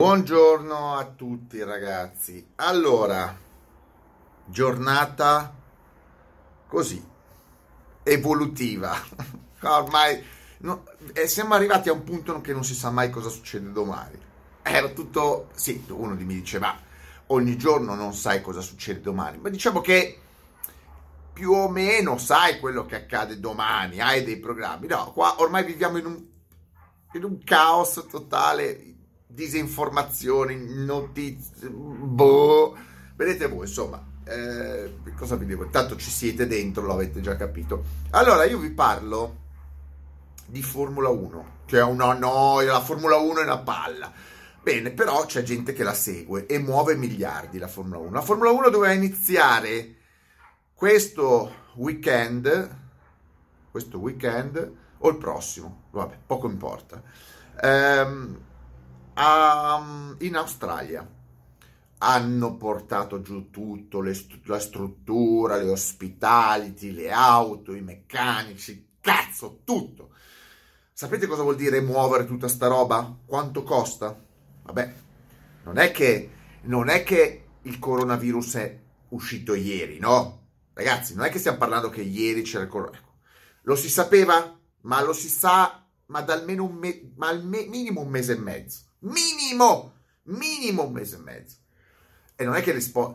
Buongiorno a tutti ragazzi. Allora, giornata così, evolutiva. Ormai siamo arrivati a un punto che non si sa mai cosa succede domani. Era tutto, sì, uno mi dice, ma ogni giorno non sai cosa succede domani. Ma diciamo che più o meno sai quello che accade domani, hai dei programmi. No, qua ormai viviamo in un caos totale, disinformazioni, notizie, boh, vedete voi, insomma, cosa vi devo? Tanto ci siete dentro, lo avete già capito. Allora, io vi parlo di Formula 1, che è una noia, la Formula 1 è una palla. Bene, però c'è gente che la segue e muove miliardi la Formula 1. La Formula 1 doveva iniziare questo weekend o il prossimo, vabbè, poco importa. In Australia hanno portato giù tutto, la struttura, le hospitality, le auto, i meccanici, cazzo, tutto. Sapete cosa vuol dire muovere tutta sta roba? Quanto costa? Vabbè, non è che il coronavirus è uscito ieri, no? Ragazzi, non è che stiamo parlando che ieri c'era il coronavirus. Lo si sapeva, ma lo si sa, ma da almeno minimo un mese e mezzo. Minimo un mese e mezzo. E non è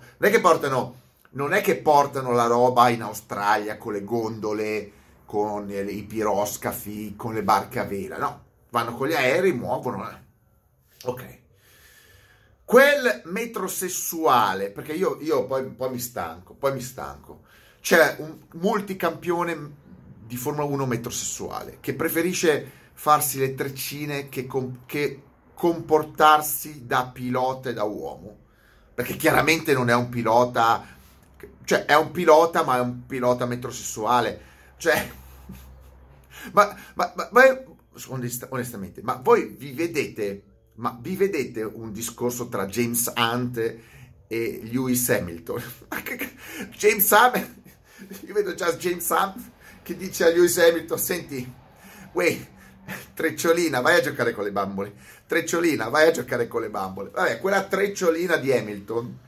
che portano la roba in Australia con le gondole, con i piroscafi, con le barche a vela, no. Vanno con gli aerei, muovono. Ok. Quel metrosessuale, perché io poi mi stanco. C'è un multicampione di Formula 1 metrosessuale che preferisce farsi le treccine che comportarsi da pilota e da uomo, perché chiaramente non è un pilota, cioè è un pilota ma è un pilota metrosessuale, cioè ma onestamente, ma voi vi vedete un discorso tra James Hunt e Lewis Hamilton? Io vedo già James Hunt che dice a Lewis Hamilton: senti, uè, Trecciolina, vai a giocare con le bambole. Trecciolina, vai a giocare con le bambole. Vabbè, quella trecciolina di Hamilton,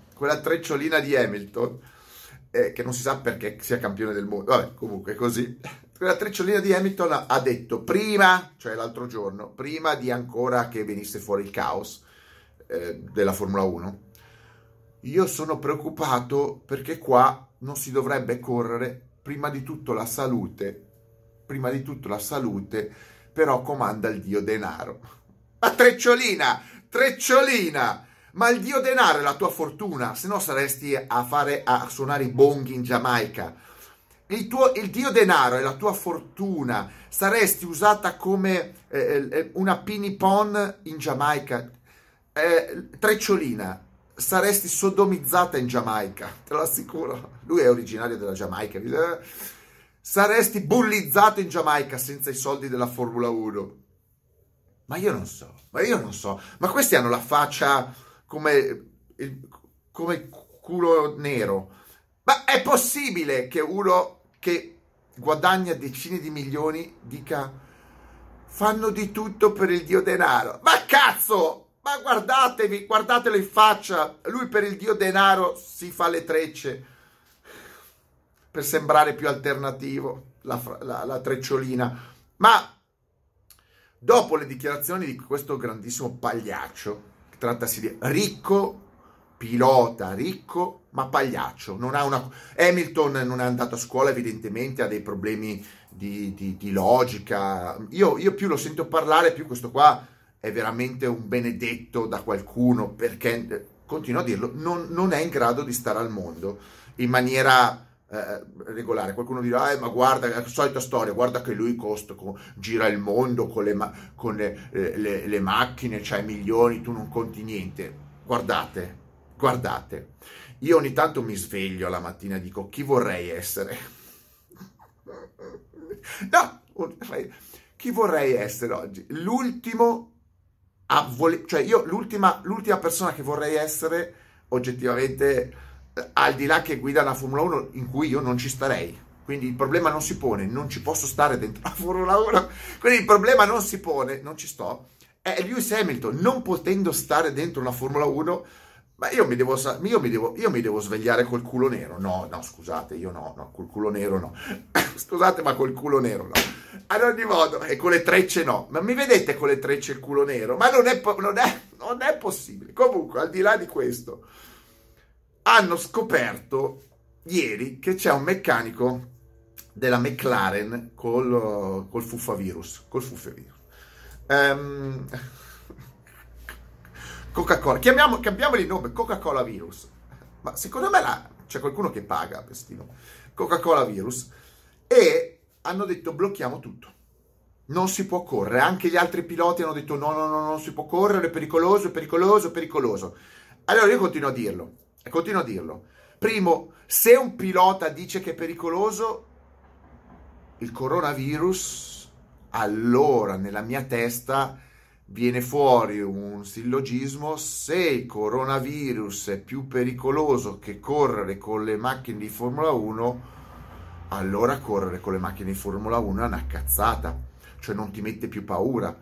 che non si sa perché sia campione del mondo. Vabbè, comunque così. Quella trecciolina di Hamilton ha detto prima, cioè l'altro giorno, prima di ancora che venisse fuori il caos della Formula 1, io sono preoccupato perché qua non si dovrebbe correre, prima di tutto la salute, però comanda il dio denaro. Ma trecciolina, ma il dio denaro è la tua fortuna, se no saresti a suonare i bonghi in Giamaica. Il dio denaro è la tua fortuna, saresti usata come una pinipon in Giamaica. Trecciolina, saresti sodomizzata in Giamaica, te lo assicuro. Lui è originario della Giamaica. Saresti bullizzato in Giamaica senza i soldi della Formula 1. Ma io non so. Ma questi hanno la faccia come culo nero. Ma è possibile che uno che guadagna decine di milioni dica: fanno di tutto per il dio denaro? Ma cazzo! Ma guardatelo in faccia. Lui per il dio denaro si fa le trecce per sembrare più alternativo, la trecciolina. Ma dopo le dichiarazioni di questo grandissimo pagliaccio, trattasi di ricco, pilota ricco, ma pagliaccio, Hamilton non è andato a scuola, evidentemente ha dei problemi di logica. Io più lo sento parlare, più questo qua è veramente un benedetto da qualcuno, perché, continuo a dirlo, non è in grado di stare al mondo in maniera regolare. Qualcuno dirà: ma guarda, è la solita storia, guarda che lui gira il mondo con le macchine, c'hai milioni, tu non conti niente. Guardate, io ogni tanto mi sveglio la mattina e dico: chi vorrei essere? No, chi vorrei essere oggi? L'ultimo cioè io l'ultima persona che vorrei essere oggettivamente, al di là che guida la Formula 1, in cui io non ci starei. Quindi il problema non si pone, non ci posso stare dentro la Formula 1, quindi il problema non si pone, non ci sto. Lewis Hamilton, non potendo stare dentro una Formula 1, ma io mi devo svegliare col culo nero. No, no, scusate, io no, col culo nero no. Scusate, ma col culo nero no. Ad ogni modo, e con le trecce no. Ma mi vedete con le trecce e il culo nero? Ma non è possibile. Comunque, al di là di questo, hanno scoperto ieri che c'è un meccanico della McLaren col fuffavirus. Coca-Cola, cambiamoli il nome, Coca-Cola virus. Ma secondo me c'è qualcuno che paga questi nomi. Coca-Cola virus. E hanno detto blocchiamo tutto. Non si può correre. Anche gli altri piloti hanno detto no, non si può correre, è pericoloso, è pericoloso, è pericoloso. Allora io continuo a dirlo. Primo, se un pilota dice che è pericoloso il coronavirus, allora nella mia testa viene fuori un sillogismo: se il coronavirus è più pericoloso che correre con le macchine di Formula 1, allora correre con le macchine di Formula 1 è una cazzata, cioè non ti mette più paura.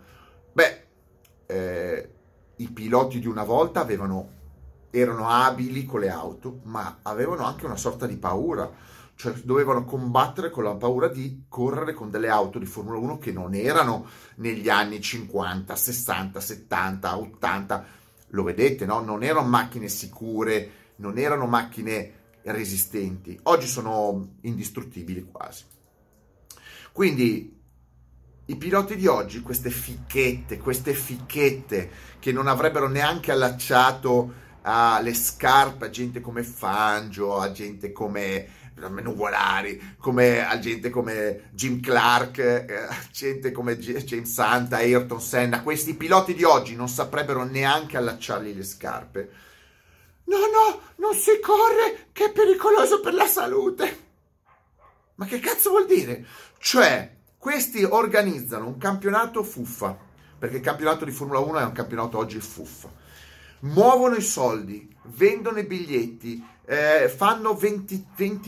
I piloti di una volta erano abili con le auto, ma avevano anche una sorta di paura. Cioè dovevano combattere con la paura di correre con delle auto di Formula 1 che non erano negli anni 50, 60, 70, 80. Lo vedete, no? Non erano macchine sicure, non erano macchine resistenti. Oggi sono indistruttibili quasi. Quindi i piloti di oggi, queste ficchette che non avrebbero neanche allacciato alle scarpe a gente come Fangio, a gente come Nuvolari, a gente come Jim Clark, gente come James Hunt, Ayrton Senna. Questi piloti di oggi non saprebbero neanche allacciargli le scarpe. No, non si corre, che è pericoloso per la salute. Ma che cazzo vuol dire? Cioè, questi organizzano un campionato fuffa, perché il campionato di Formula 1 è un campionato oggi fuffa. Muovono i soldi, vendono i biglietti, fanno 20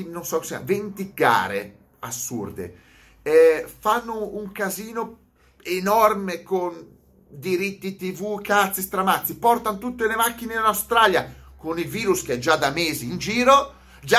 gare assurde, fanno un casino enorme con diritti TV, cazzi, stramazzi, portano tutte le macchine in Australia con il virus che è già da mesi in giro,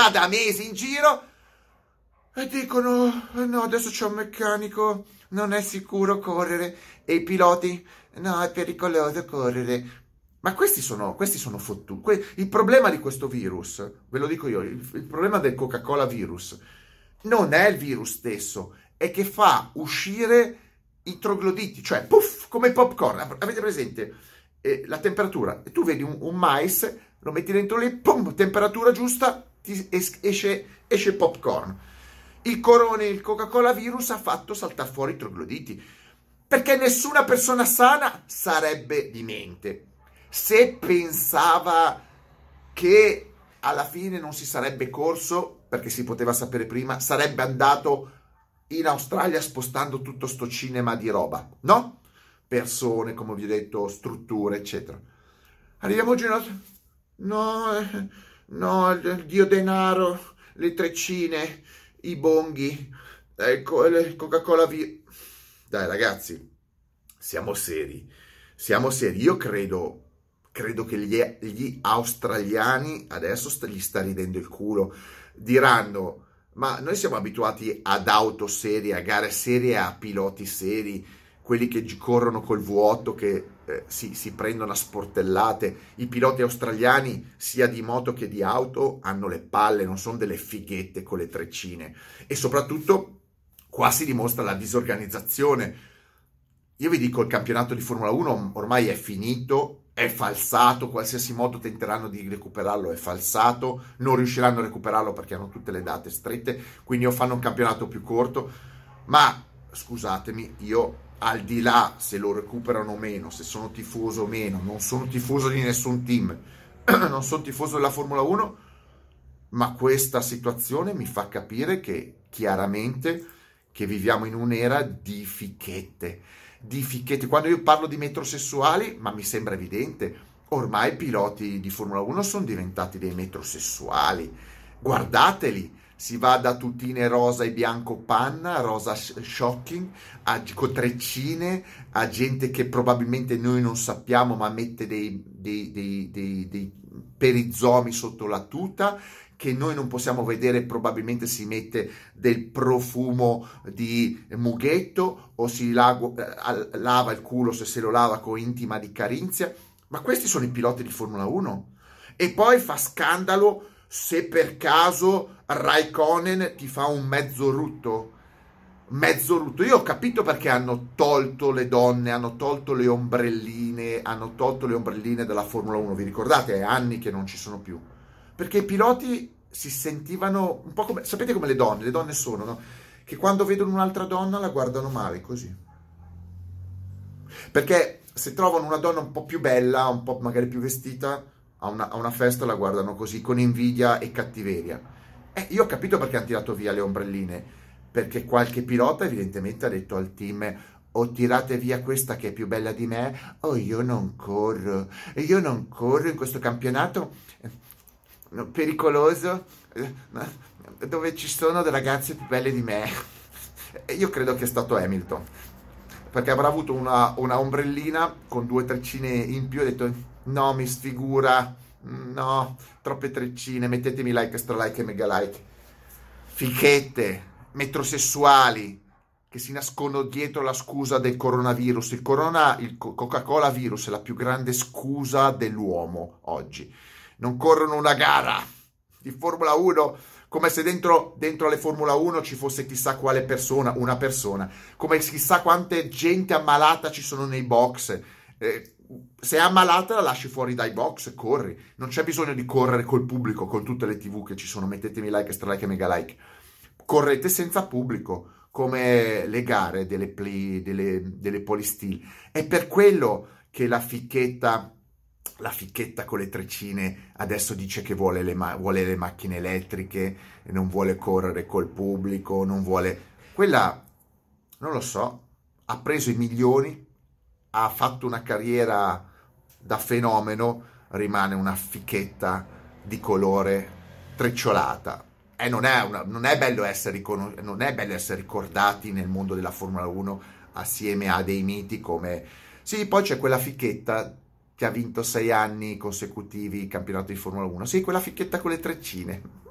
e dicono no, adesso c'è un meccanico, non è sicuro correre, e i piloti no, è pericoloso correre. Ma questi sono fottuti. Il problema di questo virus, ve lo dico io, il problema del Coca-Cola virus non è il virus stesso, è che fa uscire i trogloditi, cioè puff, come il popcorn. Avete presente la temperatura? E tu vedi un mais, lo metti dentro lì, pum, temperatura giusta, esce il popcorn. Il Coca-Cola virus ha fatto saltare fuori i trogloditi, perché nessuna persona sana sarebbe di mente se pensava che alla fine non si sarebbe corso, perché si poteva sapere prima, sarebbe andato in Australia spostando tutto sto cinema di roba, no? Persone, come vi ho detto, strutture, eccetera. Arriviamo oggi, no, il dio denaro, le treccine, i bonghi, il Coca-Cola Dai ragazzi, siamo seri. Io credo che gli australiani adesso gli sta ridendo il culo. Diranno, ma noi siamo abituati ad auto serie, a gare serie, a piloti seri, quelli che corrono col vuoto, che si prendono a sportellate. I piloti australiani, sia di moto che di auto, hanno le palle, non sono delle fighette con le treccine. E soprattutto qua si dimostra la disorganizzazione. Io vi dico, il campionato di Formula 1 ormai è finito, è falsato, qualsiasi modo tenteranno di recuperarlo è falsato, non riusciranno a recuperarlo perché hanno tutte le date strette, quindi o fanno un campionato più corto. Ma scusatemi, io al di là se lo recuperano o meno, se sono tifoso o meno, non sono tifoso di nessun team, non sono tifoso della Formula 1, ma questa situazione mi fa capire che chiaramente che viviamo in un'era di fichette. Quando io parlo di metrosessuali, ma mi sembra evidente, ormai i piloti di Formula 1 sono diventati dei metrosessuali. Guardateli, si va da tutine rosa e bianco panna, rosa shocking, con treccine, a gente che probabilmente noi non sappiamo, ma mette dei perizomi sotto la tuta, che noi non possiamo vedere, probabilmente si mette del profumo di mughetto o si lava il culo se lo lava con intima di Carinzia. Ma questi sono i piloti di Formula 1. E poi fa scandalo se per caso Raikkonen ti fa un mezzo rutto. Mezzo rutto. Io ho capito perché hanno tolto le donne, hanno tolto le ombrelline dalla Formula 1. Vi ricordate? È anni che non ci sono più. Perché i piloti si sentivano un po' come... Sapete come le donne sono, no? Che quando vedono un'altra donna la guardano male, così. Perché se trovano una donna un po' più bella, un po' magari più vestita, a una festa la guardano così, con invidia e cattiveria. Io ho capito perché hanno tirato via le ombrelline, perché qualche pilota evidentemente ha detto al team: o tirate via questa che è più bella di me, o io non corro in questo campionato pericoloso, dove ci sono delle ragazze più belle di me. E io credo che è stato Hamilton, perché avrà avuto una ombrellina con 2 treccine in più e ha detto: no, mi sfigura, no, troppe treccine, mettetemi like, extra like e mega like. Fichette, metrosessuali che si nascondono dietro la scusa del coronavirus. Il Coca-Cola virus è la più grande scusa dell'uomo oggi. Non corrono una gara di Formula 1 come se dentro alle Formula 1 ci fosse chissà quale persona, una persona, come chissà quante gente ammalata ci sono nei box. Se è ammalata la lasci fuori dai box, corri. Non c'è bisogno di correre col pubblico, con tutte le TV che ci sono. Mettetemi like, extra like e mega like. Correte senza pubblico, come le gare delle Polystil. È per quello che la ficchetta con le treccine adesso dice che vuole le macchine elettriche, non vuole correre col pubblico, non vuole... Quella, non lo so, ha preso i milioni, ha fatto una carriera da fenomeno, rimane una ficchetta di colore trecciolata. E non è bello non è bello essere ricordati nel mondo della Formula 1 assieme a dei miti come... Sì, poi c'è quella ficchetta che ha vinto 6 anni consecutivi il campionato di Formula 1. Sì, quella ficchetta con le treccine.